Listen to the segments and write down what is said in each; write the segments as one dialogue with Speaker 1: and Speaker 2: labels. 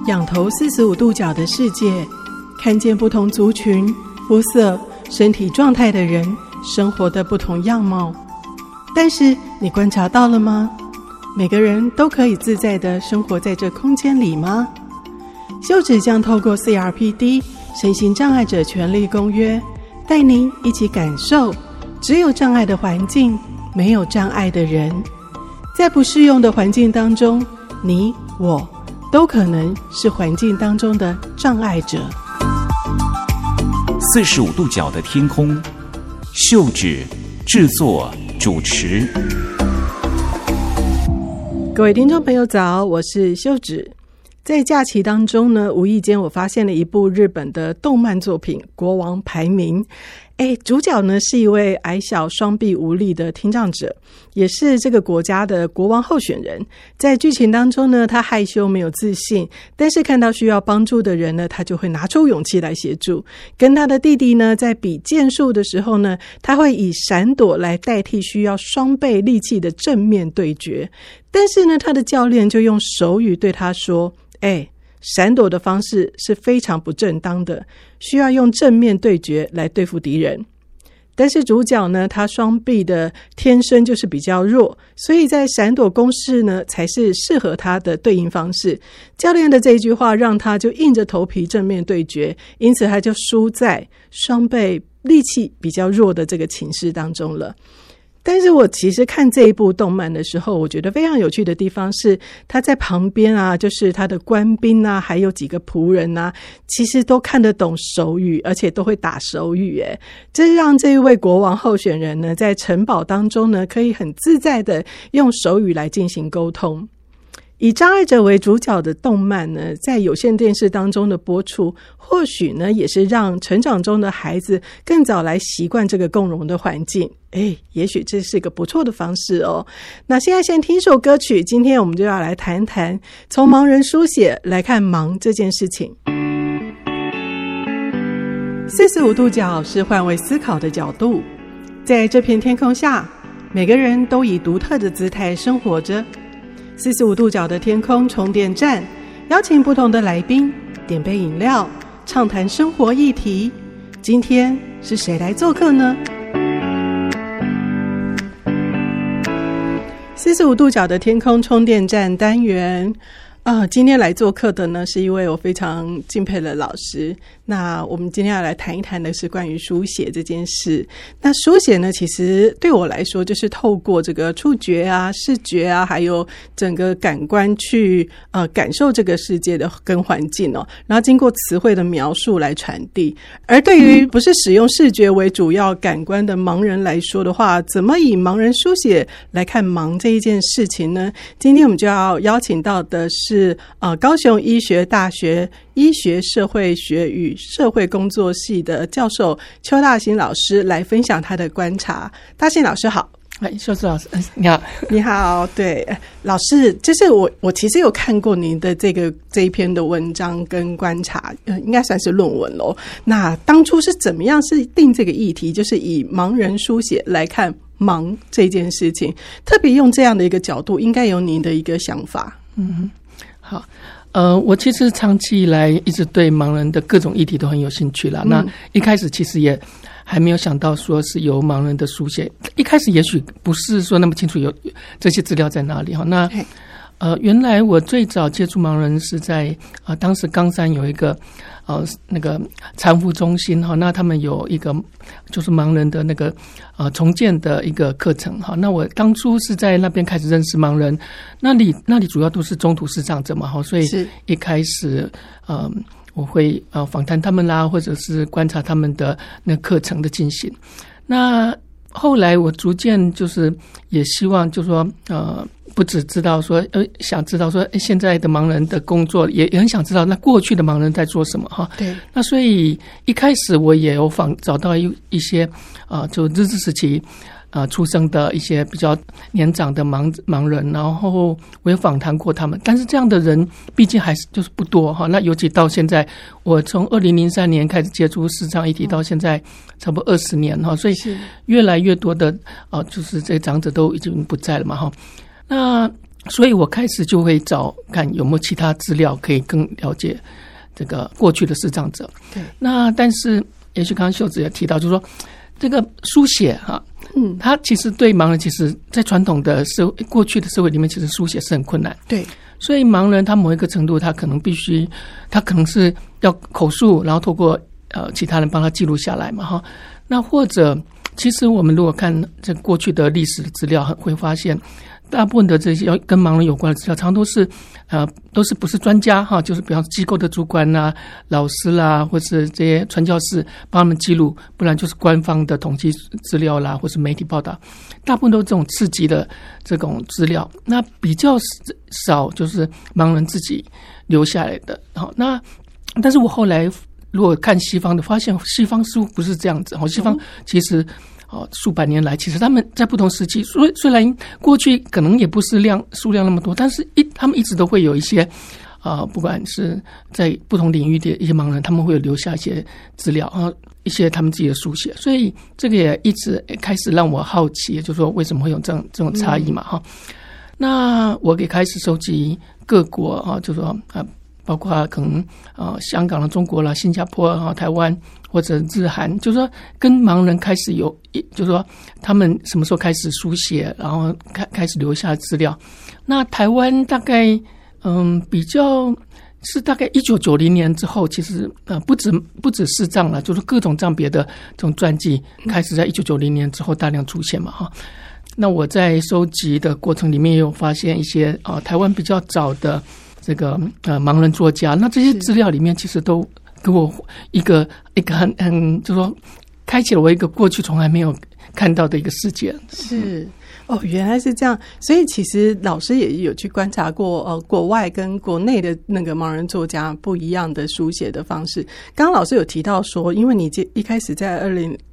Speaker 1: 仰头45度角的世界，看见不同族群、肤色、身体状态的人生活的不同样貌。但是你观察到了吗？每个人都可以自在地生活在这空间里吗？秀芷将透过 CRPD 身心障碍者权利公约，带您一起感受只有障碍的环境，没有障碍的人。在不适用的环境当中，你我都可能是环境当中的障碍者。
Speaker 2: 45度角的天空，秀芷制作主持。
Speaker 1: 各位听众朋友早，我是秀芷。在假期当中呢，无意间我发现了一部日本的动漫作品《国王排名》。主角呢是一位矮小双臂无力的听障者，也是这个国家的国王候选人。在剧情当中呢，他害羞没有自信，但是看到需要帮助的人呢，他就会拿出勇气来协助。跟他的弟弟呢，在比剑术的时候呢，他会以闪躲来代替需要双倍力气的正面对决。但是呢，他的教练就用手语对他说，闪躲的方式是非常不正当的，需要用正面对决来对付敌人。但是主角呢，他双臂的天生就是比较弱，所以在闪躲攻势呢才是适合他的对应方式。教练的这一句话让他就硬着头皮正面对决，因此他就输在双臂力气比较弱的这个情势当中了。但是我其实看这一部动漫的时候，我觉得非常有趣的地方是，他在旁边啊，就是他的官兵啊，还有几个仆人啊，其实都看得懂手语，而且都会打手语。这让这一位国王候选人呢，在城堡当中呢，可以很自在的用手语来进行沟通。以障碍者为主角的动漫呢，在有线电视当中的播出，或许呢也是让成长中的孩子更早来习惯这个共融的环境。也许这是个不错的方式哦。那现在先听首歌曲，今天我们就要来谈谈从盲人书写来看盲这件事情。45度角是换位思考的角度，在这片天空下，每个人都以独特的姿态生活着。45度角的天空充电站，邀请不同的来宾点杯饮料，畅谈生活议题。今天是谁来做客呢？45度角的天空充电站单元今天来做客的呢，是一位我非常敬佩的老师。那我们今天要来谈一谈的是关于书写这件事。那书写呢，其实对我来说就是透过这个触觉啊、视觉啊，还有整个感官去感受这个世界的跟环境然后经过词汇的描述来传递。而对于不是使用视觉为主要感官的盲人来说的话，怎么以盲人书写来看盲这一件事情呢？今天我们就要邀请到的是高雄医学大学医学社会学与社会工作系的教授邱大兴老师来分享他的观察。大兴老师好。
Speaker 3: 秀芷老师你好。
Speaker 1: 你好。对，老师，就是我其实有看过您的这一篇的文章跟观察，应该算是论文咯。那当初是怎么样是定这个议题，就是以盲人书写来看盲这件事情，特别用这样的一个角度，应该有您的一个想法。
Speaker 3: 好，我其实长期以来一直对盲人的各种议题都很有兴趣啦。那一开始其实也还没有想到说是由盲人的书写，一开始也许不是说那么清楚有这些资料在哪里哈。那原来我最早接触盲人是在当时冈山有一个那个残扶中心哈，那他们有一个就是盲人的那个重建的一个课程哈。那我当初是在那边开始认识盲人，那里主要都是中途视障者嘛哈，所以一开始我会访谈他们啦，或者是观察他们的那个课程的进行。那后来我逐渐就是也希望就是说不只知道说想知道说现在的盲人的工作，也很想知道那过去的盲人在做什么哈。对。那所以一开始我也有找到一些就日治时期出生的一些比较年长的盲人，然后我也访谈过他们，但是这样的人毕竟还是就是不多哈。那尤其到现在，我从2003年开始接触视障议题到现在差不多20年哈，所以越来越多的就是这些长者都已经不在了嘛哈。那所以我开始就会找看有没有其他资料可以更了解这个过去的视障者。
Speaker 1: 对，
Speaker 3: 那但是也许刚刚秀芷也提到，就是说这个书写它其实对盲人，其实在传统的过去的社会里面，其实书写是很困难。
Speaker 1: 对，
Speaker 3: 所以盲人他某一个程度，他可能是要口述，然后透过其他人帮他记录下来嘛哈。那或者其实我们如果看这过去的历史的资料，会发现大部分的这些跟盲人有关的资料，常常都是不是专家哈，就是比方机构的主管啦、老师啦，或是这些传教士帮他们记录，不然就是官方的统计资料啦，或是媒体报道，大部分都是这种刺激的这种资料。那比较少就是盲人自己留下来的。好，那但是我后来如果看西方的，发现西方似乎不是这样子。西方其实数百年来，其实他们在不同时期，虽然过去可能也不是数量那么多，但是他们一直都会有一些不管是在不同领域的一些盲人，他们会有留下一些资料一些他们自己的书写，所以这个也一直开始让我好奇，就是说为什么会有这种差异嘛那我也开始收集各国就是说包括可能香港啦、中国啦、新加坡台湾或者日韩，就是说跟盲人开始就是说他们什么时候开始书写，然后开始留下资料。那台湾大概比较是大概1990年之后，其实不止视障了，就是各种障别的这种传记开始在1990年之后大量出现嘛那我在收集的过程里面也有发现一些台湾比较早的这个盲人作家，那这些资料里面其实都给我一个很就是说开启了我一个过去从来没有看到的一个世界。
Speaker 1: 是原来是这样。所以其实老师也有去观察过国外跟国内的那个盲人作家不一样的书写的方式。刚刚老师有提到说，因为你一开始在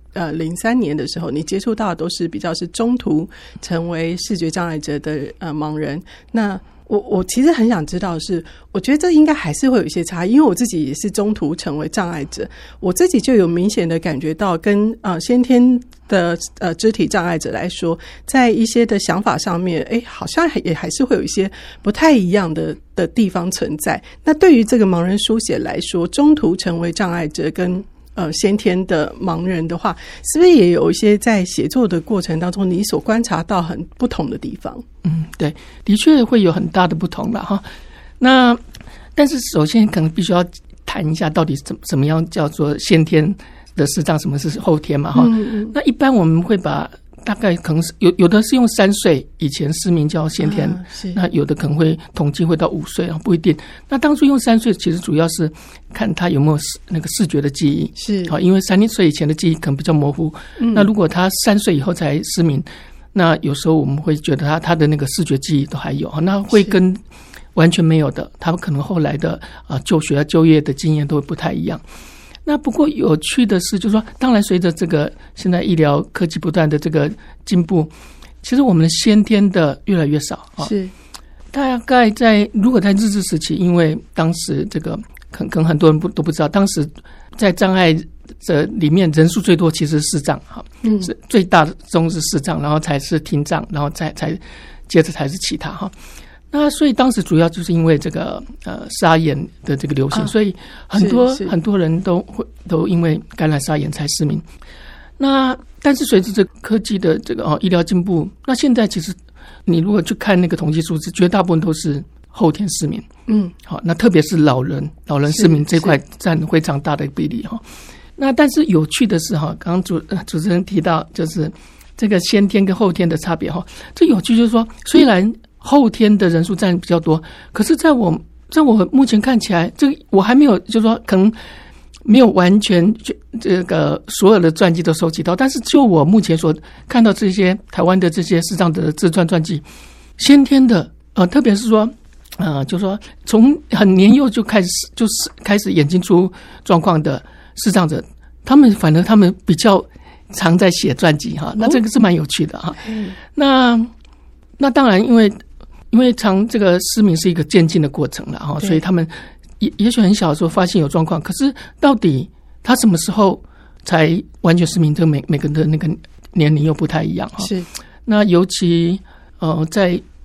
Speaker 1: 2003年的时候，你接触到的都是比较是中途成为视觉障碍者的盲人。那我其实很想知道的是，我觉得这应该还是会有一些差异，因为我自己也是中途成为障碍者，我自己就有明显的感觉到跟先天的肢体障碍者来说，在一些的想法上面好像也还是会有一些不太一样的地方存在。那对于这个盲人书写来说，中途成为障碍者跟先天的盲人的话，是不是也有一些在写作的过程当中你所观察到很不同的地方？
Speaker 3: 对，的确会有很大的不同了哈。那但是首先可能必须要谈一下到底怎么样叫做先天的视障，什么是后天嘛哈。那一般我们会把大概可能是有的是用3岁以前失明叫先天，那有的可能会统计会到5岁不一定。那当初用3岁其实主要是看他有没有那个视觉的记忆，
Speaker 1: 是
Speaker 3: 因为3岁以前的记忆可能比较模糊。那如果他3岁以后才失明，那有时候我们会觉得他的那个视觉记忆都还有，那会跟完全没有的，他可能后来的就学就业的经验都会不太一样。那不过有趣的是，就是说当然随着这个现在医疗科技不断的这个进步，其实我们的先天的越来越少
Speaker 1: 是
Speaker 3: 大概如果在日治时期，因为当时这个可能很多人都不知道，当时在障碍者里面人数最多其实是视障是最大的中是视障，然后才是听障，然后才接着才是其他那所以当时主要就是因为这个沙眼的这个流行，所以很多人都因为感染沙眼才失明。那但是随着这个科技的这个医疗进步，那现在其实你如果去看那个统计数字，绝大部分都是后天失明。好，那特别是老人失明这块占非常大的比例那但是有趣的是刚刚主持人提到就是这个先天跟后天的差别这有趣就是说，虽然后天的人数占比较多，可是在我目前看起来，这个我还没有就是说可能没有完全这个所有的传记都收集到，但是就我目前所看到这些台湾的这些视障的自传传记，先天的特别是说就是说从很年幼就开始眼睛出状况的视障者，他们比较常在写传记那这个是蛮有趣的那当然因为这个失明是一个渐进的过程了所以他们也许很小的时候发现有状况，可是到底他什么时候才完全失明，这个每个人的那个年龄又不太一样
Speaker 1: 是。
Speaker 3: 那尤其在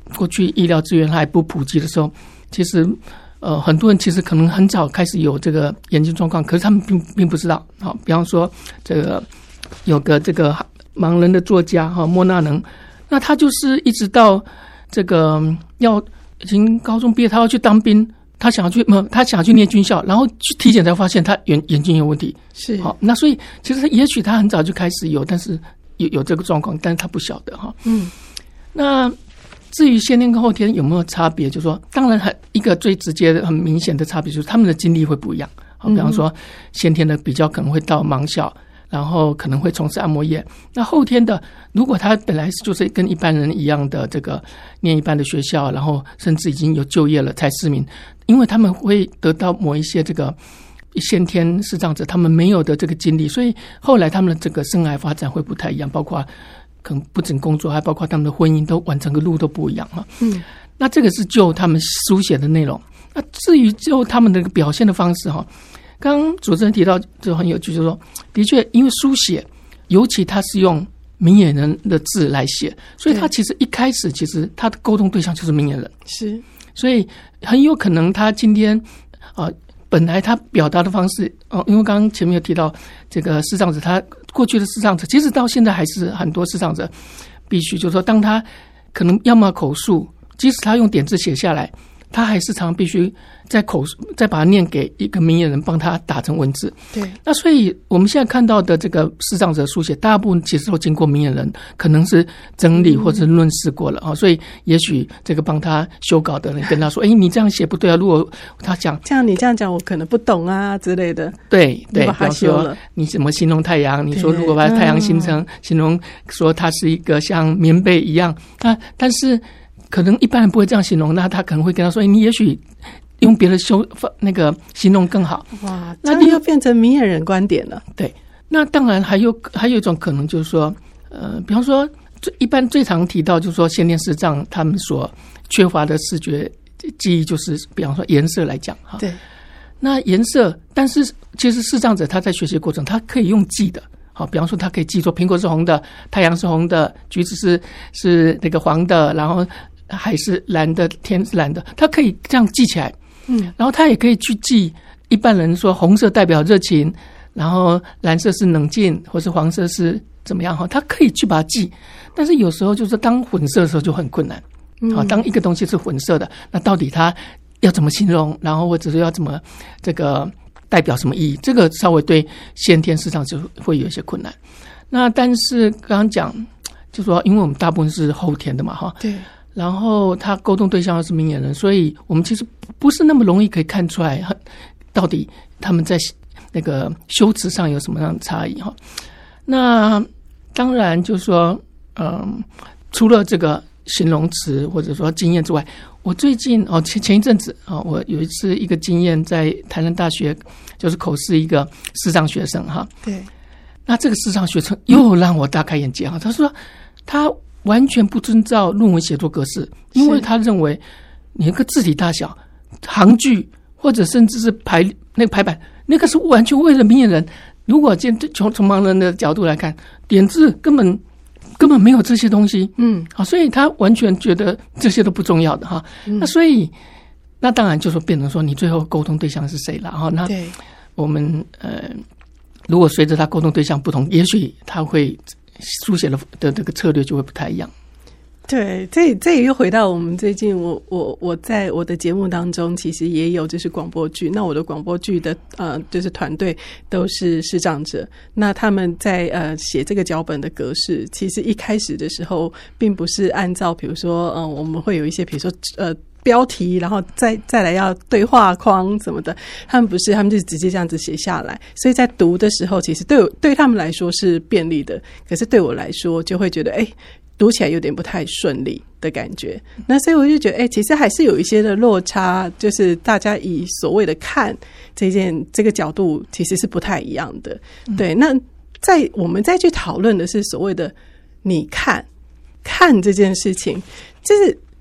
Speaker 3: 过去医疗资源还不普及的时候，其实很多人其实可能很早开始有这个眼睛状况，可是他们并不知道。好，比方说这个有个这个盲人的作家莫纳能，那他就是一直到这个已经高中毕业，他要去当兵，他想要去念军校，然后去体检才发现他眼睛有问题。
Speaker 1: 是
Speaker 3: 好，那所以其实也许他很早就开始有，但是有这个状况，但是他不晓得哈。那至于先天跟后天有没有差别，就是说，当然一个最直接的、很明显的差别就是他们的经历会不一样。好，比方说先天的比较可能会到盲校，然后可能会从事按摩业。那后天的，如果他本来就是跟一般人一样的这个念一般的学校，然后甚至已经有就业了才失明，因为他们会得到某一些这个先天视障者他们没有的这个经历，所以后来他们的这个生涯发展会不太一样，包括可能不仅工作，还包括他们的婚姻都完成的路都不一样哈。那这个是就他们书写的内容。那至于就他们的表现的方式哈，刚刚主持人提到就很有趣，就是说，的确因为书写，尤其他是用明眼人的字来写，所以他其实一开始其实他的沟通对象就是明眼人，
Speaker 1: 是，
Speaker 3: 所以很有可能他今天本来他表达的方式因为刚刚前面有提到这个视障者，他过去的视障者，其实到现在还是很多视障者必须就是说，当他可能要么口述，即使他用点字写下来，他还是常必须再把它念给一个明眼人帮他打成文字。
Speaker 1: 对，
Speaker 3: 那所以我们现在看到的这个视障者书写，大部分其实都经过明眼人可能是整理或者论述过了所以也许这个帮他修稿的人跟他说：“你这样写不对啊！如果他讲
Speaker 1: 这样，你这样讲我可能不懂啊之类的。”
Speaker 3: 对，比
Speaker 1: 方
Speaker 3: 说你怎么形容太阳？你说如果把太阳形容说它是一个像棉被一样，但是可能一般人不会这样形容，那他可能会跟他说：“你也许用别的那个形容更好。”
Speaker 1: 哇，那又变成明眼人观点了。
Speaker 3: 对，那当然还有一种可能就是说，比方说一般最常提到就是说先天视障他们所缺乏的视觉记忆，就是比方说颜色来讲哈。
Speaker 1: 对，
Speaker 3: 那颜色，但是其实视障者他在学习过程他可以用记的。好，比方说他可以记住苹果是红的，太阳是红的，橘子是那个黄的，然后海是蓝的，天是蓝的，他可以这样记起来。然后他也可以去记一般人说红色代表热情，然后蓝色是冷静，或是黄色是怎么样哈，他可以去把它记。但是有时候就是当混色的时候就很困难。好，当一个东西是混色的，那到底它要怎么形容，然后或者是要怎么这个代表什么意义，这个稍微对先天视障就会有一些困难。那但是刚刚讲就说因为我们大部分是后天的嘛哈，
Speaker 1: 对，
Speaker 3: 然后他沟通对象又是明眼人，所以我们其实不是那么容易可以看出来到底他们在那个修辞上有什么样的差异哈。那当然就是说除了这个形容词或者说经验之外，我最近前一阵子我有一次一个经验，在台南大学就是口试一个视障学生哈。
Speaker 1: 对，
Speaker 3: 那这个视障学生又让我大开眼界哈。他说他完全不遵照论文写作格式，因为他认为你那个字体大小、行距或者甚至是排版，那个是完全为了明眼人。如果从盲人的角度来看，点字根本没有这些东西，所以他完全觉得这些都不重要的哈。那所以那当然就说变成说你最后沟通对象是谁了哈。那我们如果随着他沟通对象不同，也许他会书写的这个策略就会不太一样。
Speaker 1: 对，这也又回到我们最近我在我的节目当中，其实也有就是广播剧。那我的广播剧的就是团队都是视障者，那他们在写这个脚本的格式，其实一开始的时候并不是按照比如说我们会有一些比如说标题，然后再来要对话框什么的，他们不是，他们就直接这样子写下来。所以在读的时候，其实对他们来说是便利的，可是对我来说就会觉得读起来有点不太顺利的感觉。那所以我就觉得其实还是有一些的落差，就是大家以所谓的看这个角度其实是不太一样的。对，那我们再去讨论的是所谓的你看这件事情，就是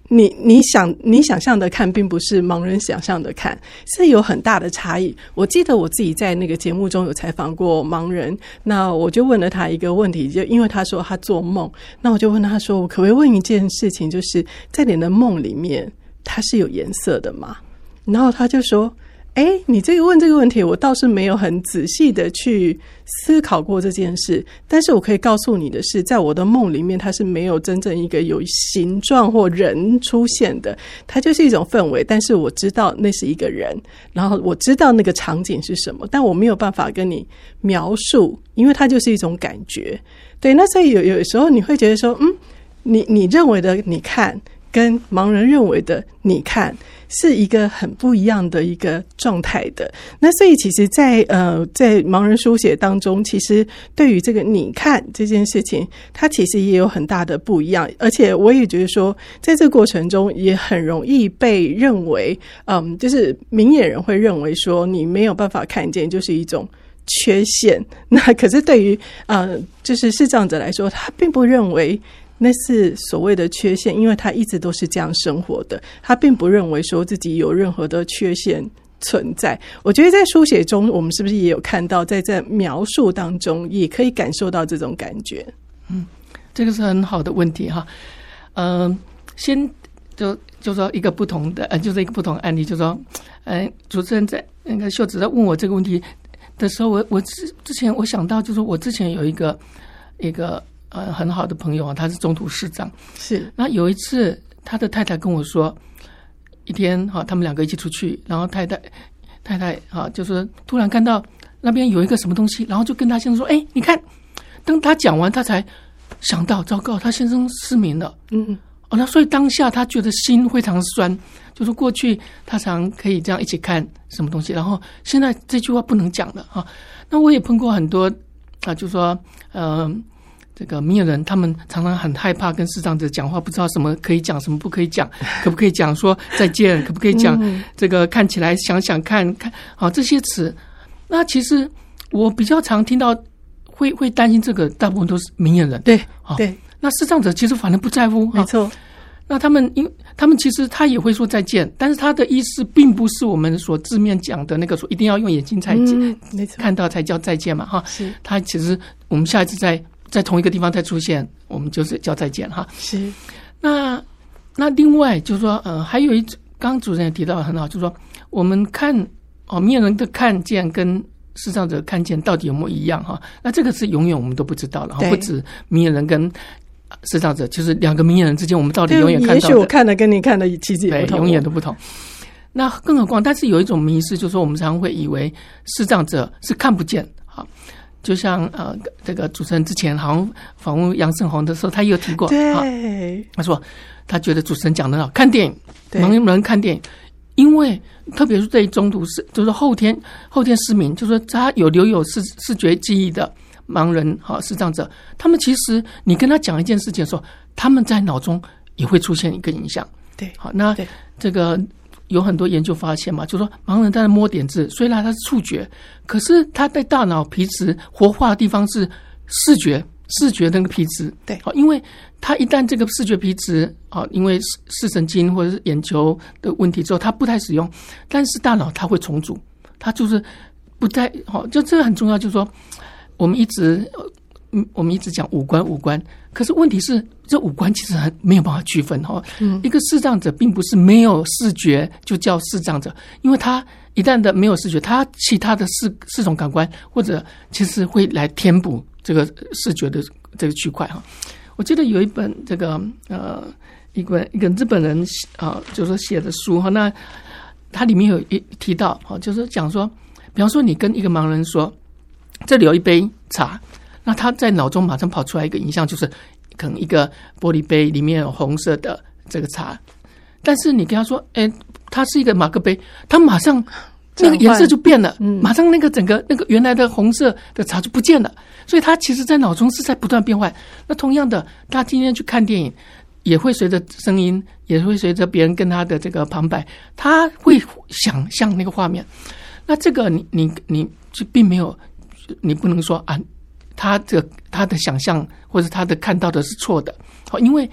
Speaker 1: 你想象的看并不是盲人想象的看，是有很大的差异。我记得我自己在那个节目中有采访过盲人，那我就问了他一个问题，就因为他说他做梦，那我就问他说，我可不可以问一件事情，就是在你的梦里面它是有颜色的吗？然后他就说，你问这个问题，我倒是没有很仔细的去思考过这件事，但是我可以告诉你的是，在我的梦里面，它是没有真正一个有形状或人出现的，它就是一种氛围，但是我知道那是一个人，然后我知道那个场景是什么，但我没有办法跟你描述，因为它就是一种感觉。对，那所以有时候你会觉得说，你认为的你看跟盲人认为的你看是一个很不一样的一个状态的。那所以其实在盲人书写当中，其实对于这个你看这件事情，它其实也有很大的不一样。而且我也觉得说，在这个过程中也很容易被认为就是明眼人会认为说你没有办法看见就是一种缺陷。那可是对于就是视障者来说，他并不认为那是所谓的缺陷，因为他一直都是这样生活的，他并不认为说自己有任何的缺陷存在。我觉得在书写中，我们是不是也有看到，在描述当中也可以感受到这种感觉？
Speaker 3: 这个是很好的问题哈。先就说一个不同的就是一个不同的案例，就说主持人在那个秀子在问我这个问题的时候，我之前我想到，就是我之前有一个很好的朋友啊，他是中途视障。是。那有一次，他的太太跟我说，一天他们两个一起出去，然后太太就是突然看到那边有一个什么东西，然后就跟他先生说：“你看。”当他讲完，他才想到，糟糕，他先生失明了。那所以当下他觉得心非常酸，就是过去他常可以这样一起看什么东西，然后现在这句话不能讲了啊。那我也碰过很多就说这个明眼人他们常常很害怕跟视障者讲话，不知道什么可以讲，什么不可以讲，可不可以讲说再见，可不可以讲这个看起来想想看这些词。那其实我比较常听到会担心这个，大部分都是明眼人。对。那视障者其实反而不在乎。没错。那他们其实他也会说再见，但是他的意思并不是我们所字面讲的那个说一定要用眼睛才看到才叫再见嘛是。他其实我们下一次在同一个地方再出现，我们就是叫再见哈。是。那另外就是说还有刚刚主持人也提到很好，就是说我们看明眼人的看见跟视障者看见到底有没有一样哈？那这个是永远我们都不知道了，不止明眼人跟视障者，就是两个明眼人之间，我们到底永远看到的，也许我看的跟你看的其实也不同，永远都不同。那更何况，但是有一种迷思，就是说我们常常会以为视障者是看不见。就像这个主持人之前好像访问杨胜宏的时候，他也有提过，对，他说他觉得主持人讲得好，看电影，盲人看电影，因为特别是对中途就是后天失明，就是说他留有视觉记忆的盲人视障者，他们其实你跟他讲一件事情的时候，他们在脑中也会出现一个影像。对，好，那这个有很多研究发现嘛，就是说盲人在摸点字，虽然他是触觉，可是他在大脑皮质活化的地方是视觉那个皮质。对，因为他一旦这个视觉皮质因为视神经或者是眼球的问题之后，他不太使用，但是大脑它会重组，它就是不太就这个很重要，就是说我们一直讲五官，可是问题是这五官其实还没有办法区分一个视障者并不是没有视觉就叫视障者，因为他一旦的没有视觉，他其他的四种感官或者其实会来填补这个视觉的这个区块我记得有一本这个一个日本人就是写的书那它里面有提到就是讲说，比方说你跟一个盲人说这里有一杯茶，那他在脑中马上跑出来一个影像，就是可能一个玻璃杯里面有红色的这个茶，但是你跟他说它是一个马克杯，他马上那个颜色就变了，马上那个整个那个原来的红色的茶就不见了，所以他其实在脑中是在不断变换。那同样的，他今天去看电影也会随着声音，也会随着别人跟他的这个旁白，他会想象那个画面。那这个你就并没有，你不能说他的想象或者他的看到的是错的，因为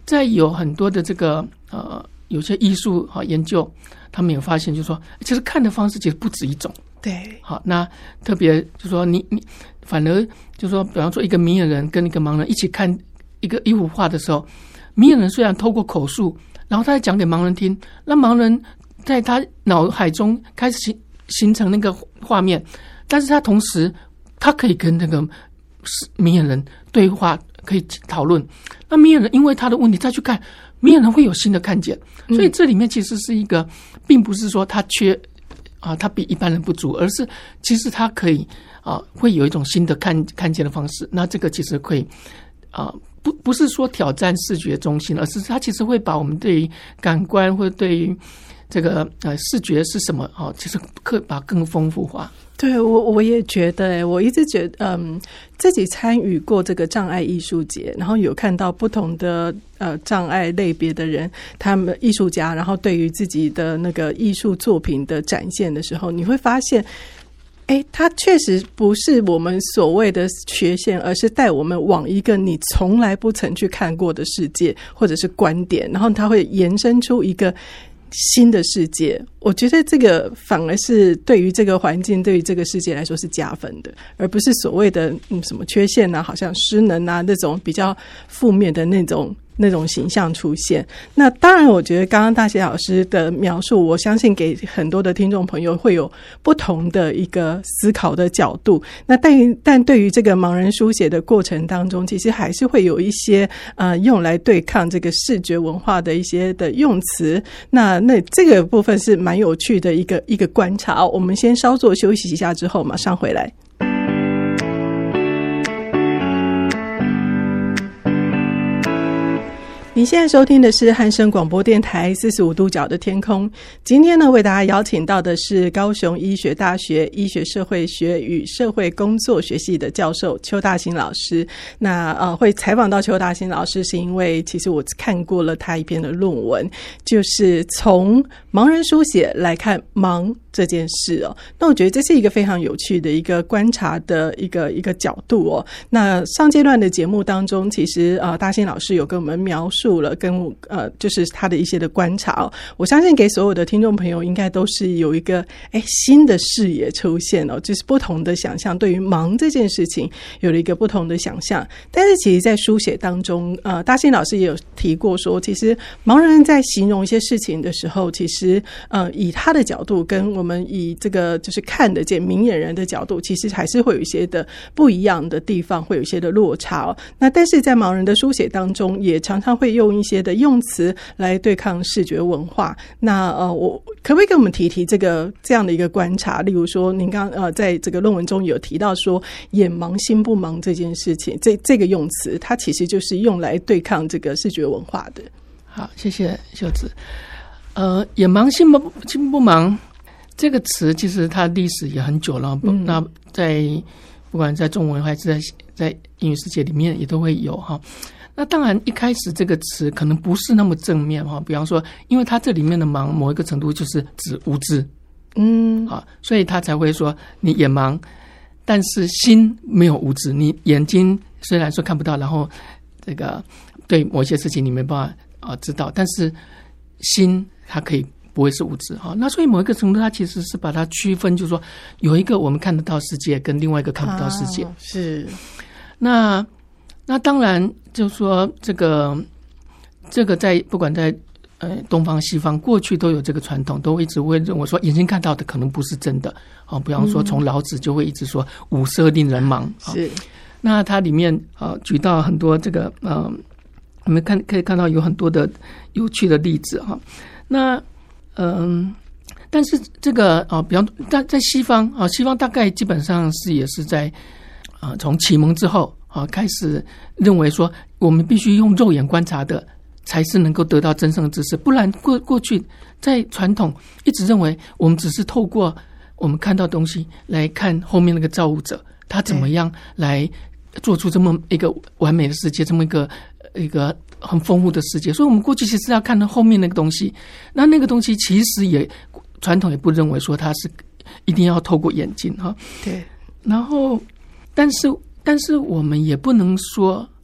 Speaker 3: 在有很多的这个有些艺术研究，他们有发现，就是说，其实看的方式其实不止一种。
Speaker 1: 对，
Speaker 3: 好，那特别就是说你反而就是说，比方说一个明眼人跟一个盲人一起看一幅画的时候，明眼人虽然透过口述，然后他再讲给盲人听，那盲人在他脑海中开始形成那个画面，但是他同时他可以跟那个明眼人对话，可以讨论。那明眼人因为他的问题再去看，明眼人会有新的看见，所以这里面其实是一个，并不是说他他比一般人不足，而是其实他可以会有一种新的看见的方式。那这个其实可以不是说挑战视觉中心，而是它其实会把我们对于感官或对于这个视觉是什么其实可以把更丰富化。
Speaker 1: 对，我也觉得我一直觉得自己参与过这个障碍艺术节，然后有看到不同的障碍类别的人，他们艺术家，然后对于自己的那个艺术作品的展现的时候，你会发现它确实不是我们所谓的缺陷，而是带我们往一个你从来不曾去看过的世界或者是观点，然后它会延伸出一个新的世界。我觉得这个反而是对于这个环境，对于这个世界来说是加分的，而不是所谓的什么缺陷啊，好像失能啊那种比较负面的那种形象出现。那当然我觉得刚刚大协老师的描述，我相信给很多的听众朋友会有不同的一个思考的角度。那但对于这个盲人书写的过程当中，其实还是会有一些用来对抗这个视觉文化的一些的用词。那这个部分是蛮有趣的一个观察。我们先稍作休息一下之后马上回来。你现在收听的是汉声广播电台45度角的天空。今天呢，为大家邀请到的是高雄医学大学医学社会学与社会工作学系的教授邱大兴老师。那会采访到邱大兴老师，是因为其实我看过了他一篇的论文，就是从盲人书写来看盲这件事那我觉得这是一个非常有趣的一个观察的一个角度那上阶段的节目当中，其实大兴老师有跟我们描述了跟就是他的一些的观察我相信给所有的听众朋友应该都是有一个新的视野出现就是不同的想象，对于盲这件事情有了一个不同的想象。但是其实在书写当中大兴老师也有提过说，其实盲人在形容一些事情的时候，其实以他的角度跟我们以这个就是看得见明眼人的角度，其实还是会有一些的不一样的地方，会有一些的落差那但是在盲人的书写当中，也常常会用一些的用词来对抗视觉文化。那我可不可以跟我们提这样的一个观察？例如说，您刚在这个论文中有提到说眼盲心不盲这件事情，这个用词，它其实就是用来对抗这个视觉文化的。
Speaker 3: 好，谢谢秀子。眼盲心不盲这个词其实它历史也很久了，那不管在中文还是在英语世界里面也都会有哈。那当然一开始这个词可能不是那么正面哈，比方说因为它这里面的盲某一个程度就是指无知所以他才会说你眼盲但是心没有无知，你眼睛虽然说看不到，然后这个对某些事情你没办法知道，但是心它可以不会是无知那所以某一个程度它其实是把它区分，就是说有一个我们看得到世界跟另外一个看不到世界
Speaker 1: 是
Speaker 3: 那当然就是说这个在不管在东方西方过去都有这个传统，都一直会认为说眼睛看到的可能不是真的比方说从老子就会一直说五色令人盲
Speaker 1: 是
Speaker 3: 那它里面举到很多这个我们可以看到有很多的有趣的例子那但是这个比方在西方西方大概基本上也是在从启蒙之后开始认为说我们必须用肉眼观察的才是能够得到真正的知识，不然过去在传统一直认为我们只是透过我们看到东西来看后面那个造物者他怎么样来做出这么一个完美的世界，这么一个很丰富的世界，所以我们过去其实要看到后面那个东西，那个东西其实也传统也不认为说它是一定要透过眼睛对，然后但是我们也不能说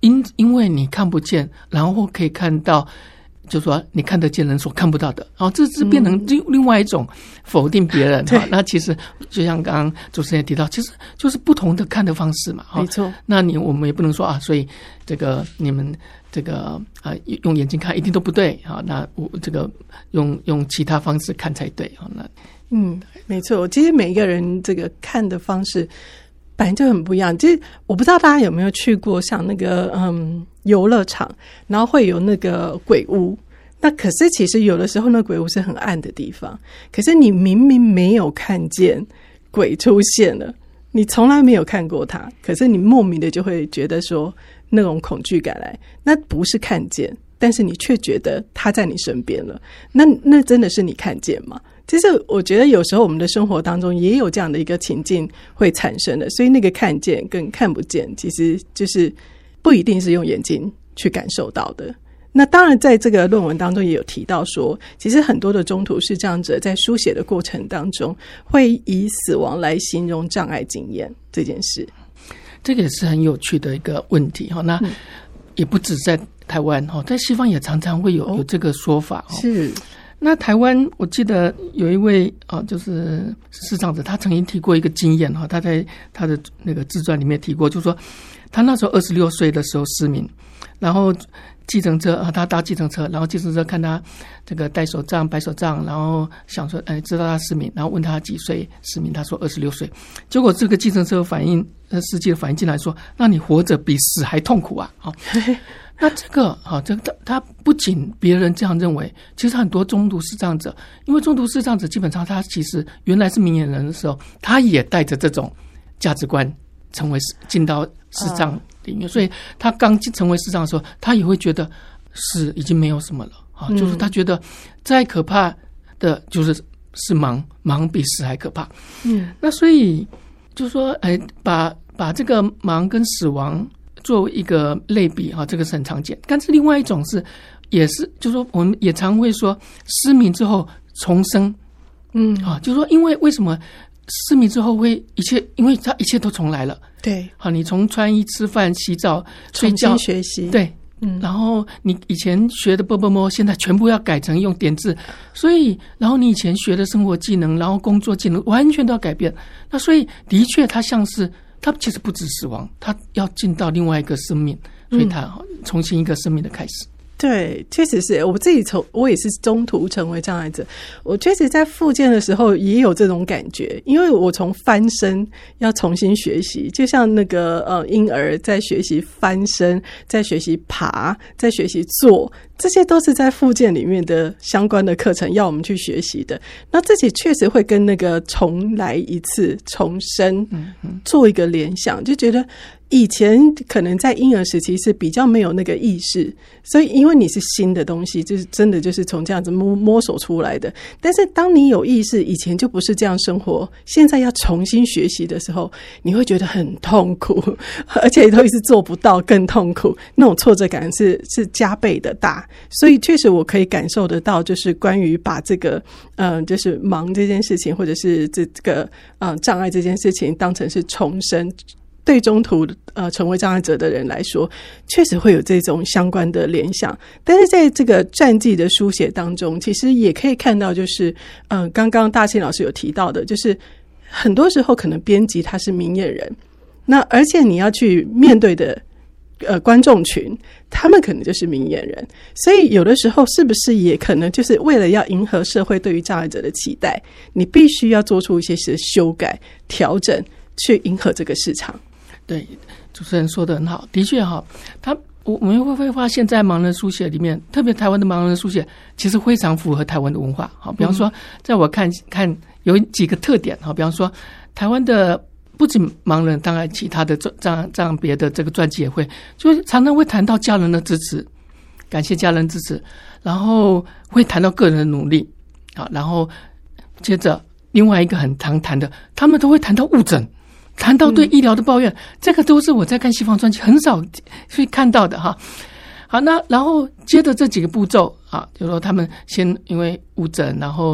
Speaker 3: 因为你看不见，然后可以看到，就是说你看得见人所看不到的，然后这是变成另外一种否定别人。那其实就像刚刚主持人也提到，其实就是不同的看的方式嘛。
Speaker 1: 没错。
Speaker 3: 那我们也不能说啊，所以这个你们这个用眼睛看一定都不对啊。那我这个用其他方式看才对啊。那
Speaker 1: 没错。其实每一个人这个看的方式本来就很不一样。其实我不知道大家有没有去过像那个游乐场，然后会有那个鬼屋。那可是其实有的时候那鬼屋是很暗的地方，可是你明明没有看见鬼出现了，你从来没有看过它，可是你莫名的就会觉得说那种恐惧感来。那不是看见，但是你却觉得它在你身边了。那真的是你看见吗？其实我觉得有时候我们的生活当中也有这样的一个情境会产生的，所以那个看见跟看不见其实就是不一定是用眼睛去感受到的。那当然在这个论文当中也有提到说，其实很多的中途视障者在书写的过程当中会以死亡来形容障碍经验这件事。
Speaker 3: 这个也是很有趣的一个问题。那也不止在台湾，在西方也常常会有这个说法。
Speaker 1: 是。
Speaker 3: 那台湾我记得有一位就是视障者，他曾经提过一个经验，他在他的那个自传里面提过，就是说他那时候26岁的时候失明，然后计程车他搭计程车，然后计程车看他这个戴手杖白手杖，然后想说知道他失明，然后问他几岁失明，他说26岁。结果这个计程车司机的反应进来说，那你活着比死还痛苦啊。那这个他不仅别人这样认为，其实很多中途视障者，因为中途视障者基本上他其实原来是明眼人的时候，他也带着这种价值观进到视障领域，所以他刚成为视障的时候，他也会觉得死已经没有什么了就是他觉得再可怕的就是盲比死还可怕。那所以就说把这个盲跟死亡作为一个类比这个是很常见。但是另外一种也是就是说我们也常会说失明之后重生。就是说因为为什么失明之后会因为他一切都重来了。
Speaker 1: 对。
Speaker 3: 你从穿衣吃饭洗澡睡觉
Speaker 1: 重新学习。
Speaker 3: 对。然后你以前学的啵现在全部要改成用点字，所以然后你以前学的生活技能然后工作技能完全都要改变。那所以的确他其实不止死亡，他要进到另外一个生命，所以他重新一个生命的开始。
Speaker 1: 对，确实是我也是中途成为障碍者，我确实在复健的时候也有这种感觉，因为我从翻身要重新学习，就像那个婴儿在学习翻身，在学习爬，在学习坐，这些都是在复健里面的相关的课程要我们去学习的。那自己确实会跟那个重来一次重生做一个联想，就觉得以前可能在婴儿时期是比较没有那个意识，所以因为你是新的东西，就是真的就是从这样子摸索出来的。但是当你有意识，以前就不是这样生活，现在要重新学习的时候，你会觉得很痛苦，而且都一直做不到，更痛苦，那种挫折感是加倍的大。所以确实我可以感受得到，就是关于把这个就是盲这件事情，或者是这个障碍这件事情当成是重生，对中途成为障碍者的人来说，确实会有这种相关的联想。但是在这个传记的书写当中，其实也可以看到，就是刚刚大庆老师有提到的，就是很多时候可能编辑他是明眼人，那而且你要去面对的观众群，他们可能就是明眼人，所以有的时候是不是也可能就是为了要迎合社会对于障碍者的期待，你必须要做出一些修改调整，去迎合这个市场。
Speaker 3: 对，主持人说得很好，的确我们会发现在盲人书写里面，特别台湾的盲人书写其实非常符合台湾的文化。比方说在我看有几个特点，比方说台湾的不仅盲人，当然其他的障别的这个传记也会，就是常常会谈到家人的支持，感谢家人支持，然后会谈到个人的努力，然后接着另外一个很常谈的，他们都会谈到误诊，谈到对医疗的抱怨，这个都是我在看西方传记很少去看到的哈。好，那然后接着这几个步骤就是说他们先因为误诊，然后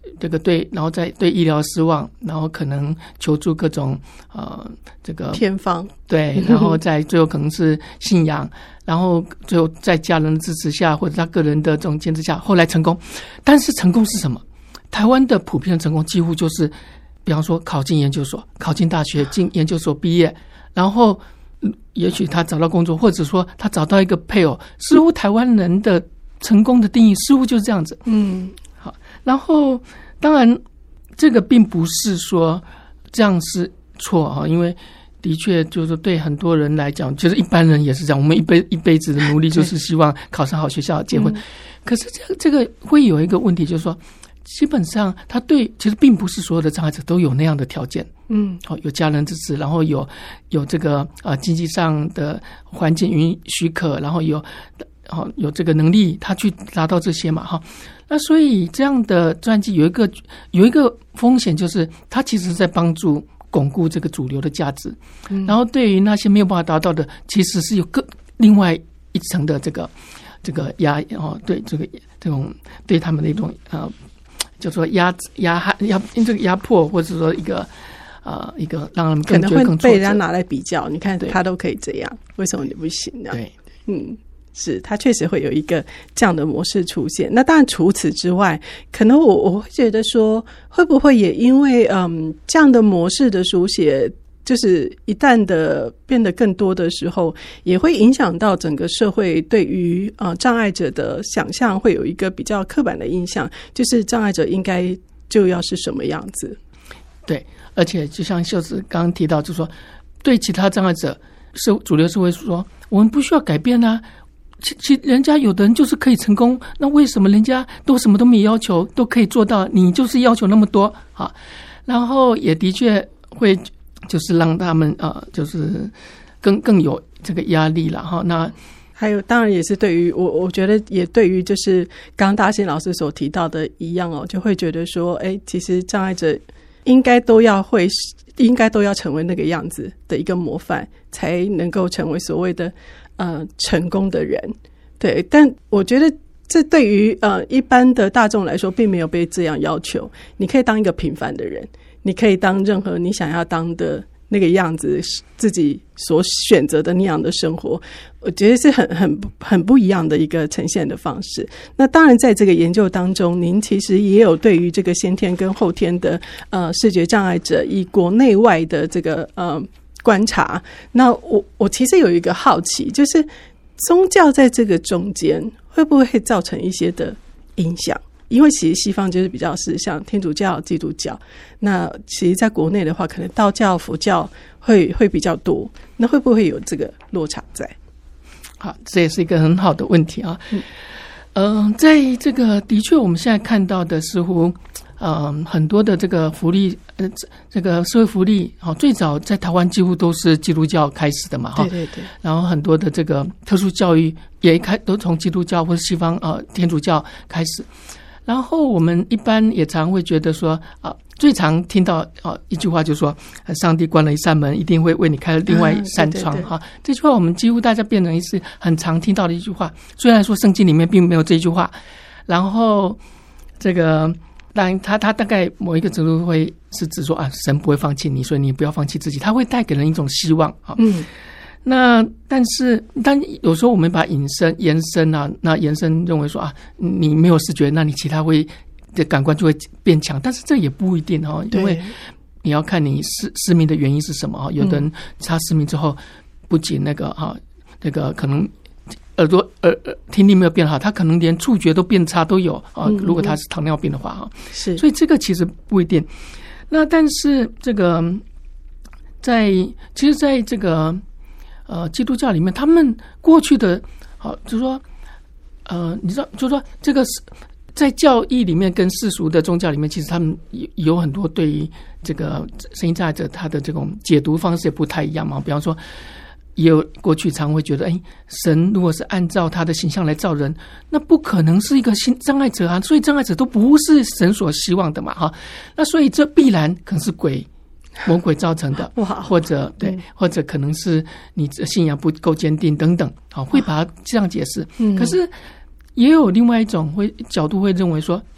Speaker 3: 这个然后再对医疗失望，然后可能求助各种这个
Speaker 1: 偏方，
Speaker 3: 对，然后再最后可能是信仰，然后最后在家人的支持下或者他个人的这种坚持下，后来成功。但是成功是什么？台湾的普遍的成功几乎就是，比方说考进研究所，考进大学，进研究所毕业，然后也许他找到工作，或者说他找到一个配偶，似乎台湾人的成功的定义似乎就是这样子。好，然后当然这个并不是说这样是错啊，因为的确就是对很多人来讲，就是一般人也是这样，我们一辈子的努力就是希望考上好学校结婚。可是这个会有一个问题，就是说基本上他其实并不是所有的障碍者都有那样的条件。有家人支持，然后有这个经济上的环境许可，然后有这个能力，他去达到这些嘛哈。那所以这样的传记有一个风险，就是它其实在帮助巩固这个主流的价值，然后对于那些没有办法达到的，其实是有另外一层的这个对这种对他们的一种就说这个压迫，或者说一个让他们
Speaker 1: 可能会被人家拿来比较，你看
Speaker 3: 对
Speaker 1: 他都可以这样，为什么你不行呢？
Speaker 3: 对，
Speaker 1: 是他确实会有一个这样的模式出现。那当然除此之外，可能我会觉得说，会不会也因为这样的模式的书写，就是一旦的变得更多的时候，也会影响到整个社会对于障碍者的想象，会有一个比较刻板的印象，就是障碍者应该就要是什么样子。
Speaker 3: 对，而且就像秀子刚刚提到，就是说对其他障碍者，主流社会说我们不需要改变啊，其人家有的人就是可以成功，那为什么人家都什么都没要求都可以做到，你就是要求那么多啊？然后也的确会就是让他们就是更有这个压力了哈。那
Speaker 1: 还有当然也是对于我觉得也对于就是刚刚大仙老师所提到的一样就会觉得说其实障碍者应该都要成为那个样子的一个模范，才能够成为所谓的成功的人。对，但我觉得这对于一般的大众来说并没有被这样要求，你可以当一个平凡的人，你可以当任何你想要当的那个样子，自己所选择的那样的生活，我觉得是很不一样的一个呈现的方式。那当然在这个研究当中，您其实也有对于这个先天跟后天的视觉障碍者以国内外的这个观察。那我其实有一个好奇，就是宗教在这个中间会不会造成一些的影响？因为其实西方就是比较是像天主教、基督教，那其实在国内的话，可能道教、佛教会比较多，那会不会有这个落差在？
Speaker 3: 好，这也是一个很好的问题啊。在这个的确，我们现在看到的似乎很多的这个福利，这个社会福利，最早在台湾几乎都是基督教开始的嘛，
Speaker 1: 对对对。
Speaker 3: 然后很多的这个特殊教育也都从基督教或者西方天主教开始。然后我们一般也常会觉得说最常听到一句话就是说，上帝关了一扇门，一定会为你开了另外一扇窗哈。这句话我们几乎大家变成是很常听到的一句话。虽然说圣经里面并没有这句话，然后这个当然他大概某一个程度会是指说神不会放弃你，所以你不要放弃自己，他会带给人一种希望啊。那但有时候我们把延伸那延伸认为说你没有视觉，那你其他的感官就会变强，但是这也不一定因为你要看你失明的原因是什么有的人他失明之后，不仅那个可能耳朵听力没有变好，他可能连触觉都变差都有如果他是糖尿病的话
Speaker 1: 是，
Speaker 3: 所以这个其实不一定。那但是这个其实在这个基督教里面，他们过去的就是说你知道，就是说这个在教义里面跟世俗的宗教里面，其实他们有很多对于这个声音障碍者他的这种解读方式也不太一样嘛。比方说，也有过去常会觉得，神如果是按照他的形象来造人，那不可能是一个障碍者啊，所以障碍者都不是神所希望的嘛那所以这必然可能是魔鬼造成的，或者或者可能是你信仰不够坚定等等，会把它这样解释。可是也有另外一种角度会认为说，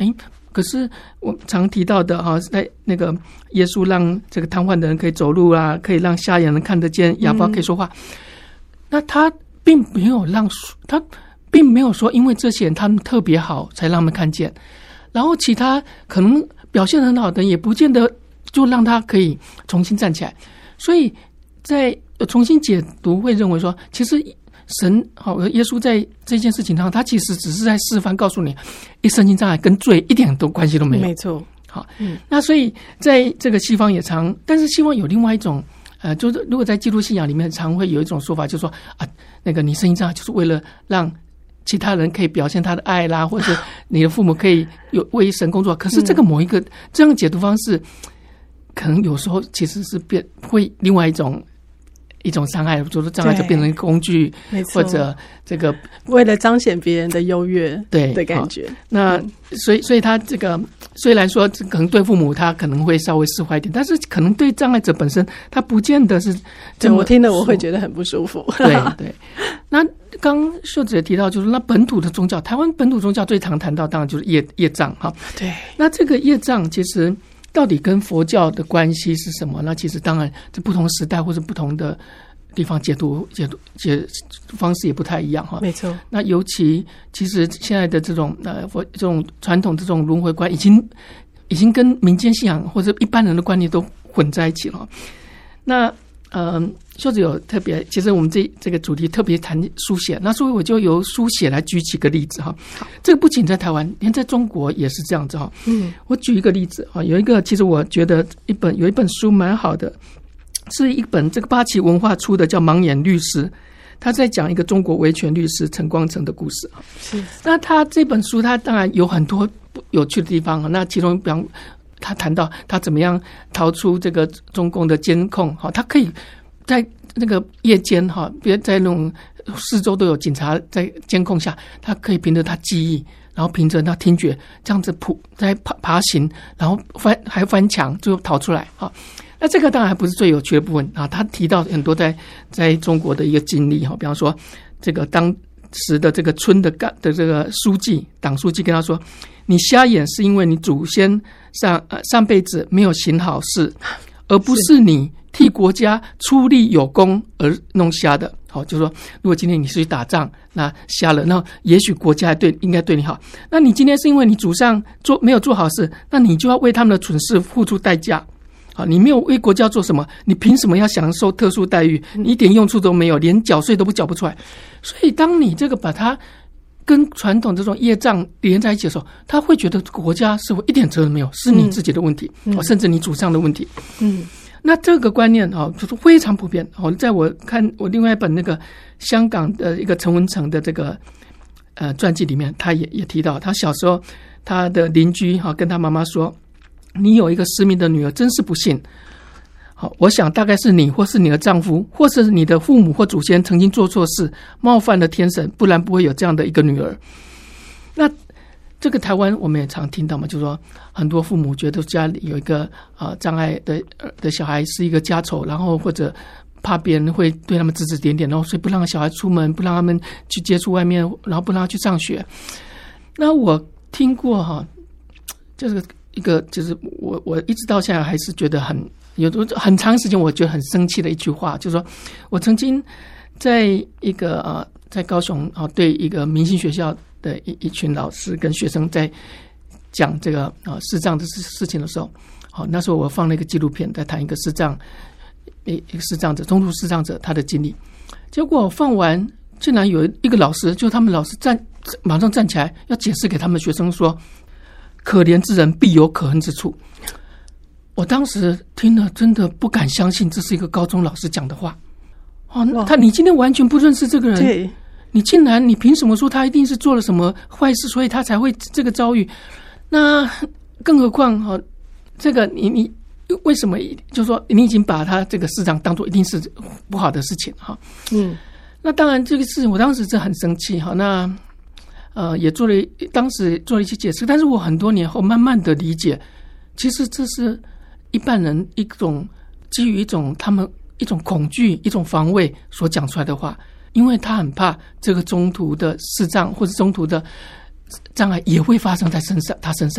Speaker 3: 可是我常提到的在那个耶稣让这个瘫痪的人可以走路啊，可以让瞎眼人看得见，哑巴可以说话，那他并没有说因为这些人他们特别好才让他们看见，然后其他可能表现很好的人也不见得就让他可以重新站起来。所以在重新解读会认为说，其实神耶稣在这件事情上，他其实只是在示范告诉你，身心障碍跟罪一点都关系都没有。
Speaker 1: 没错。
Speaker 3: 好，那所以在这个西方也常，但是西方有另外一种就是如果在基督信仰里面常会有一种说法，就是说那个你身心障碍就是为了让其他人可以表现他的爱啦，或者你的父母可以有为神工作。可是这个某一个这样的解读方式，可能有时候其实是会另外一种伤害，就是障碍就变成工具，或者这个
Speaker 1: 为了彰显别人的优越的感觉。
Speaker 3: 那所以他这个虽然说可能对父母他可能会稍微释怀一点，但是可能对障碍者本身他不见得是这么。
Speaker 1: 我听了我会觉得很不舒服。
Speaker 3: 对。那刚秀子也提到，就是那本土的宗教，台湾本土宗教最常谈到当然就是业障哈。
Speaker 1: 对。那
Speaker 3: 这个业障其实到底跟佛教的关系是什么？那其实当然在不同时代或者不同的地方解读方式也不太一样哈。
Speaker 1: 没错。那
Speaker 3: 尤其其实现在的这种这种传统这种轮回观已经跟民间信仰或者一般人的观念都混在一起了。那秀子有特别，其实我们这个主题特别谈书写，那所以我就由书写来举几个例子哈。这个不仅在台湾，连在中国也是这样子哈。我举一个例子啊，有一个其实我觉得有一本书蛮好的，是一本这个八旗文化出的，叫《盲眼律师》，他在讲一个中国维权律师陈光诚的故事。
Speaker 1: 是。
Speaker 3: 那他这本书他当然有很多有趣的地方，那其中比方他谈到他怎么样逃出这个中共的监控，他可以在那个夜间别在那种四周都有警察在监控下，他可以凭着他记忆，然后凭着他听觉这样子在爬行，然后还翻墙最后逃出来。那这个当然还不是最有趣的部分啊，他提到很多在中国的一个经历，比方说这个当时的这个村的这个党书记跟他说，你瞎眼是因为你祖先上辈子没有行好事，而不是你替国家出力有功而弄瞎的。好，就是说如果今天你是去打仗，那瞎了，那也许国家应该对你好，那你今天是因为你祖上没有做好事，那你就要为他们的蠢事付出代价。好，你没有为国家做什么，你凭什么要享受特殊待遇？你一点用处都没有，连缴税都缴不出来。所以当你这个把它跟传统这种业障连在一起的时候，他会觉得国家是一点责任没有，是你自己的问题，甚至你祖上的问题。那这个观念就是非常普遍。在我看我另外一本那个香港的一个陈文成的这个传记里面，他也提到，他小时候他的邻居跟他妈妈说，你有一个失明的女儿真是不幸。好，我想大概是你或是你的丈夫或是你的父母或祖先曾经做错事，冒犯了天神，不然不会有这样的一个女儿。那这个台湾我们也常听到嘛，就是说很多父母觉得家里有一个障碍的小孩是一个家丑，然后或者怕别人会对他们指指点点，然后所以不让小孩出门，不让他们去接触外面，然后不让他去上学。那我听过就是一个就是我一直到现在还是觉得很长时间我觉得很生气的一句话，就是说我曾经在一个在高雄对一个明星学校的一群老师跟学生在讲这个视障的事情的时候，那时候我放了一个纪录片在谈一个视障者中途视障者他的经历，结果放完竟然有一个老师，就他们老师马上站起来要解释给他们学生说，可怜之人必有可恨之处。我当时听了真的不敢相信这是一个高中老师讲的话。你今天完全不认识这个人，
Speaker 1: 对，
Speaker 3: 你凭什么说他一定是做了什么坏事，所以他才会这个遭遇？那更何况这个你为什么就是说你已经把他这个视障当作一定是不好的事情那当然这个事情我当时是很生气那也当时做了一些解释，但是我很多年后慢慢的理解，其实这是一般人一种基于他们一种恐惧一种防卫所讲出来的话，因为他很怕这个中途的视障或者中途的障碍也会发生在他身上，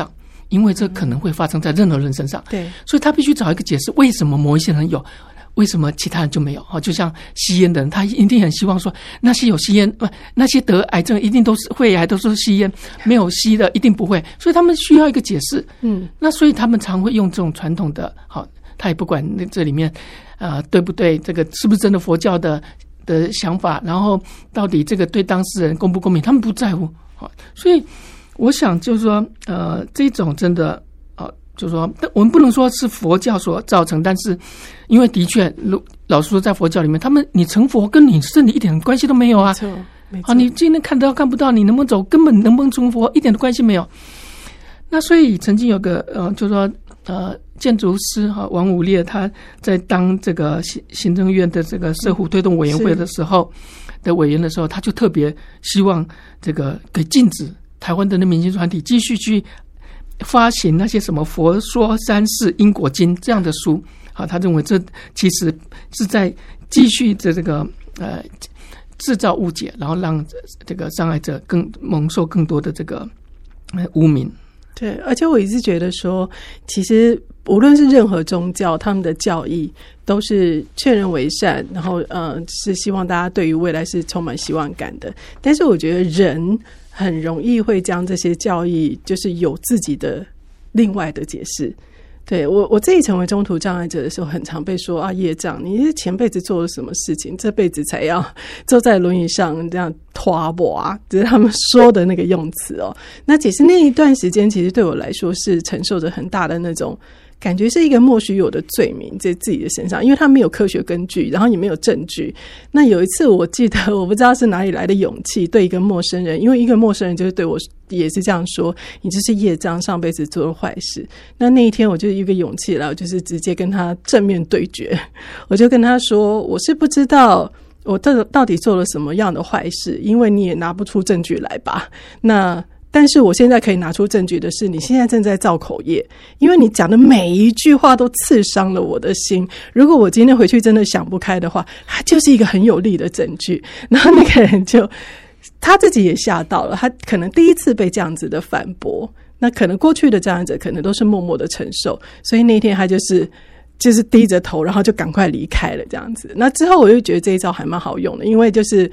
Speaker 3: 因为这可能会发生在任何人身上。
Speaker 1: 对，
Speaker 3: 所以他必须找一个解释，为什么某一些人有，为什么其他人就没有？就像吸烟的人，他一定很希望说，那些有吸烟，那些得癌症一定都是肺癌，都是吸烟，没有吸的一定不会。所以他们需要一个解释。那所以他们常会用这种传统的，他也不管这里面对不对，这个是不是真的佛教的想法，然后到底这个对当事人公不公平，他们不在乎。所以我想就是说，这种真的。就是说我们不能说是佛教所造成，但是因为的确老实说在佛教里面，你成佛跟你身体一点关系都没有啊。
Speaker 1: 没错，
Speaker 3: 你今天看到看不到，你能不能走，根本能不能成佛一点的关系没有。那所以曾经有个就是说建筑师王武烈，他在当这个行政院的这个社福推动委员会的时候的委员的时候，他就特别希望这个给禁止台湾的那民间团体继续去发行那些什么佛说三世因果经这样的书。他认为这其实是在继续的这个制造误解，然后让这个伤害者更蒙受更多的这个污名。
Speaker 1: 对，而且我一直觉得说，其实无论是任何宗教，他们的教义都是劝人为善，然后是希望大家对于未来是充满希望感的。但是我觉得人很容易会将这些教义就是有自己的另外的解释。对，我自己成为中途障碍者的时候，很常被说业障，你前辈子做了什么事情，这辈子才要坐在轮椅上这样拖磨啊，这是他们说的那个用词哦。那其实那一段时间，其实对我来说是承受着很大的那种感觉，是一个莫须有的罪名在自己的身上，因为他没有科学根据，然后也没有证据。那有一次我记得，我不知道是哪里来的勇气，对一个陌生人，因为一个陌生人就是对我也是这样说，你就是业障，上辈子做了坏事。那一天我就一个勇气了，我就是直接跟他正面对决，我就跟他说，我是不知道我到底做了什么样的坏事，因为你也拿不出证据来吧。但是我现在可以拿出证据的是，你现在正在造口业，因为你讲的每一句话都刺伤了我的心。如果我今天回去真的想不开的话，它就是一个很有力的证据。然后那个人他自己也吓到了，他可能第一次被这样子的反驳，那可能过去的障碍者可能都是默默的承受，所以那天他就是低着头，然后就赶快离开了这样子。那之后我就觉得这一招还蛮好用的，因为就是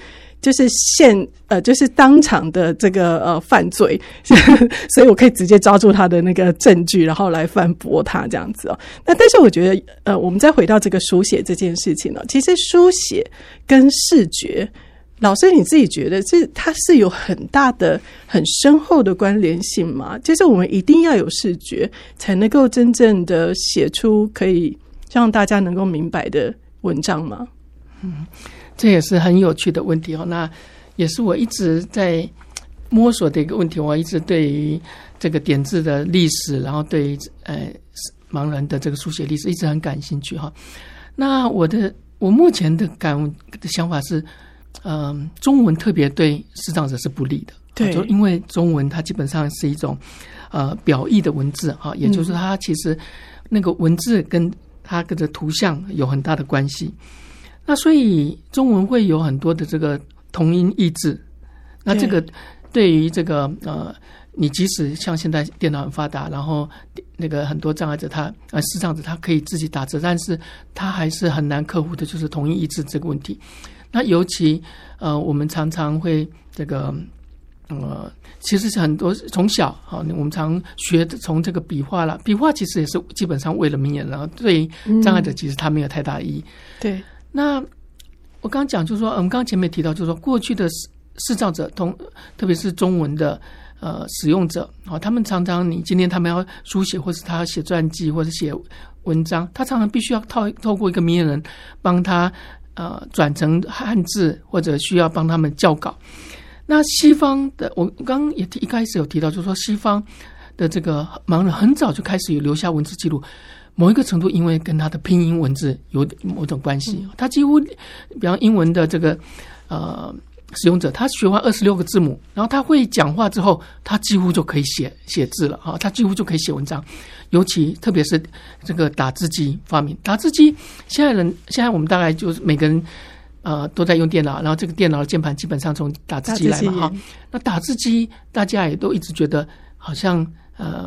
Speaker 1: 当场的这个犯罪，所以我可以直接抓住他的那个证据，然后来反驳他这样子哦。那但是我觉得我们再回到这个书写这件事情呢，其实书写跟视觉，老师你自己觉得它是有很大的很深厚的关联性吗？就是我们一定要有视觉才能够真正的写出可以让大家能够明白的文章吗？
Speaker 3: 这也是很有趣的问题哦。那也是我一直在摸索的一个问题。我一直对于这个点字的历史，然后对于盲人的这个书写历史一直很感兴趣哈。那我目前的想法是，中文特别对视障者是不利的。对，就因为中文它基本上是一种表意的文字哈，也就是它其实那个文字跟它跟着图像有很大的关系。那所以中文会有很多的这个同音异字。那这个对于这个你即使像现在电脑很发达，然后那个很多障碍者视障者他可以自己打字，但是他还是很难克服的就是同音异字这个问题。那尤其我们常常会这个其实是很多从小我们常学从这个笔画啦，笔画其实也是基本上为了明眼，然后对于障碍者其实它没有太大意义。
Speaker 1: 对，
Speaker 3: 那我刚刚讲就是说，我们刚刚前面提到就是说，过去的视障者特别是中文的使用者他们常常你今天他们要书写，或是他要写传记或者写文章，他常常必须要透过一个明眼人帮他转成汉字，或者需要帮他们校稿。那西方的，我刚刚也一开始有提到，就是说西方的这个盲人很早就开始有留下文字记录，某一个程度因为跟他的拼音文字有某种关系。他几乎比方英文的这个使用者，他学完26个字母，然后他会讲话之后，他几乎就可以写字了他几乎就可以写文章。尤其特别是这个打字机发明，打字机现在我们大概就是每个人都在用电脑，然后这个电脑的键盘基本上从打字机来嘛那打字机大家也都一直觉得好像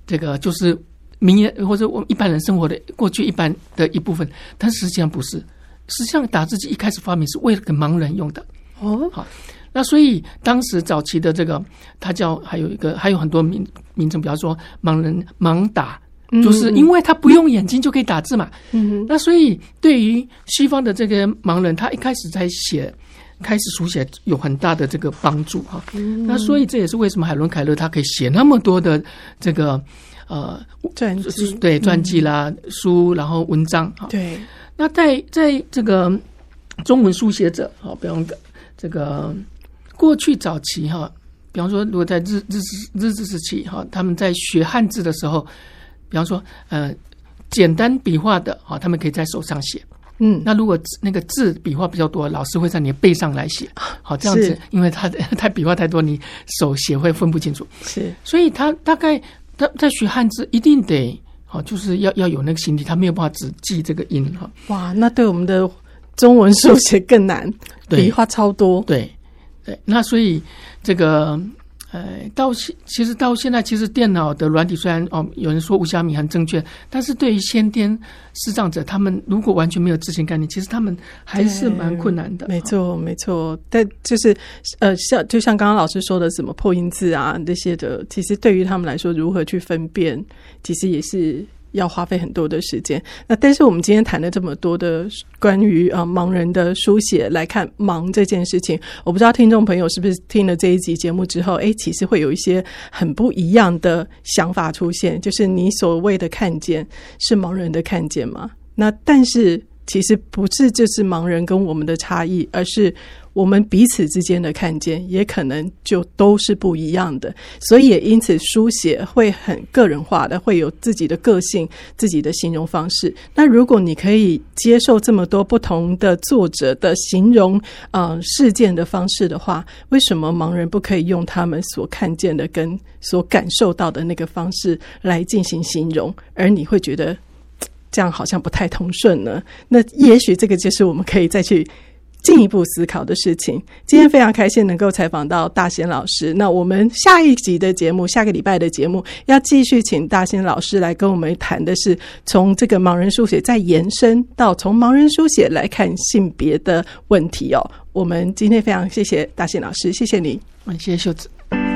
Speaker 3: 这个就是民业或者我们一般人生活的过去一般的一部分，但实际上不是。实际上打字机一开始发明是为了给盲人用的。好，那所以当时早期的这个它还有很多名称，比方说盲打，就是因为他不用眼睛就可以打字嘛。那所以对于西方的这个盲人，他一开始开始书写有很大的这个帮助哈。那所以这也是为什么海伦凯勒他可以写那么多的这个
Speaker 1: 传记，
Speaker 3: 对，传记啦、书，然后文章。
Speaker 1: 对。
Speaker 3: 那在这个中文书写者，比方这个过去早期哈，比方说如果在日治时期哈，他们在学汉字的时候，比方说简单笔画的他们可以在手上写。那如果那个字笔画比较多，老师会在你的背上来写。好，这样子，因为他笔画太多，你手写会分不清楚。
Speaker 1: 是，
Speaker 3: 所以他大概他在学汉字一定得。就是要有那个心理，他没有办法只记这个音哈。
Speaker 1: 哇，那对我们的中文书写更难，笔画超多。
Speaker 3: 对，那所以这个其实到现在，其实电脑的软体虽然有人说无虾米很正确，但是对于先天视障者，他们如果完全没有字形概念，其实他们还是蛮困难的。
Speaker 1: 没错，但就是就像刚刚老师说的，什么破音字啊这些的，其实对于他们来说，如何去分辨，其实也是要花费很多的时间。那但是我们今天谈了这么多的关于盲人的书写来看盲这件事情，我不知道听众朋友是不是听了这一集节目之后，其实会有一些很不一样的想法出现，就是你所谓的看见是盲人的看见吗？那但是其实不是就是盲人跟我们的差异，而是我们彼此之间的看见也可能就都是不一样的，所以也因此书写会很个人化的，会有自己的个性，自己的形容方式。那如果你可以接受这么多不同的作者的形容事件的方式的话，为什么盲人不可以用他们所看见的跟所感受到的那个方式来进行形容，而你会觉得这样好像不太通顺呢？那也许这个就是我们可以再去进一步思考的事情。今天非常开心能够采访到大仙老师，那我们下一集的节目，下个礼拜的节目要继续请大仙老师来跟我们谈的是从这个盲人书写再延伸到从盲人书写来看性别的问题哦。我们今天非常谢谢大仙老师，谢谢你。
Speaker 3: 谢谢秀子。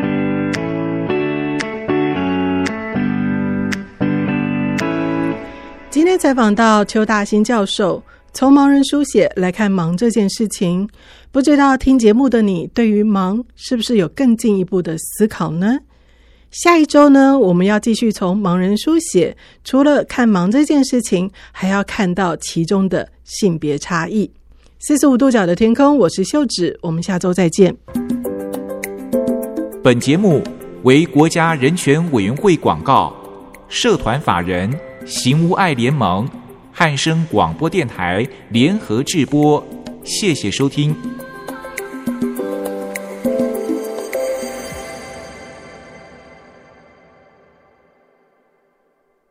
Speaker 1: 今天采访到邱大新教授，从盲人书写来看盲这件事情，不知道听节目的你对于盲是不是有更进一步的思考呢？下一周呢，我们要继续从盲人书写，除了看盲这件事情，还要看到其中的性别差异。45度角的天空，我是秀芷，我们下周再见。
Speaker 2: 本节目为国家人权委员会广告，社团法人行无碍联盟、汉声广播电台联合制播，谢谢收听。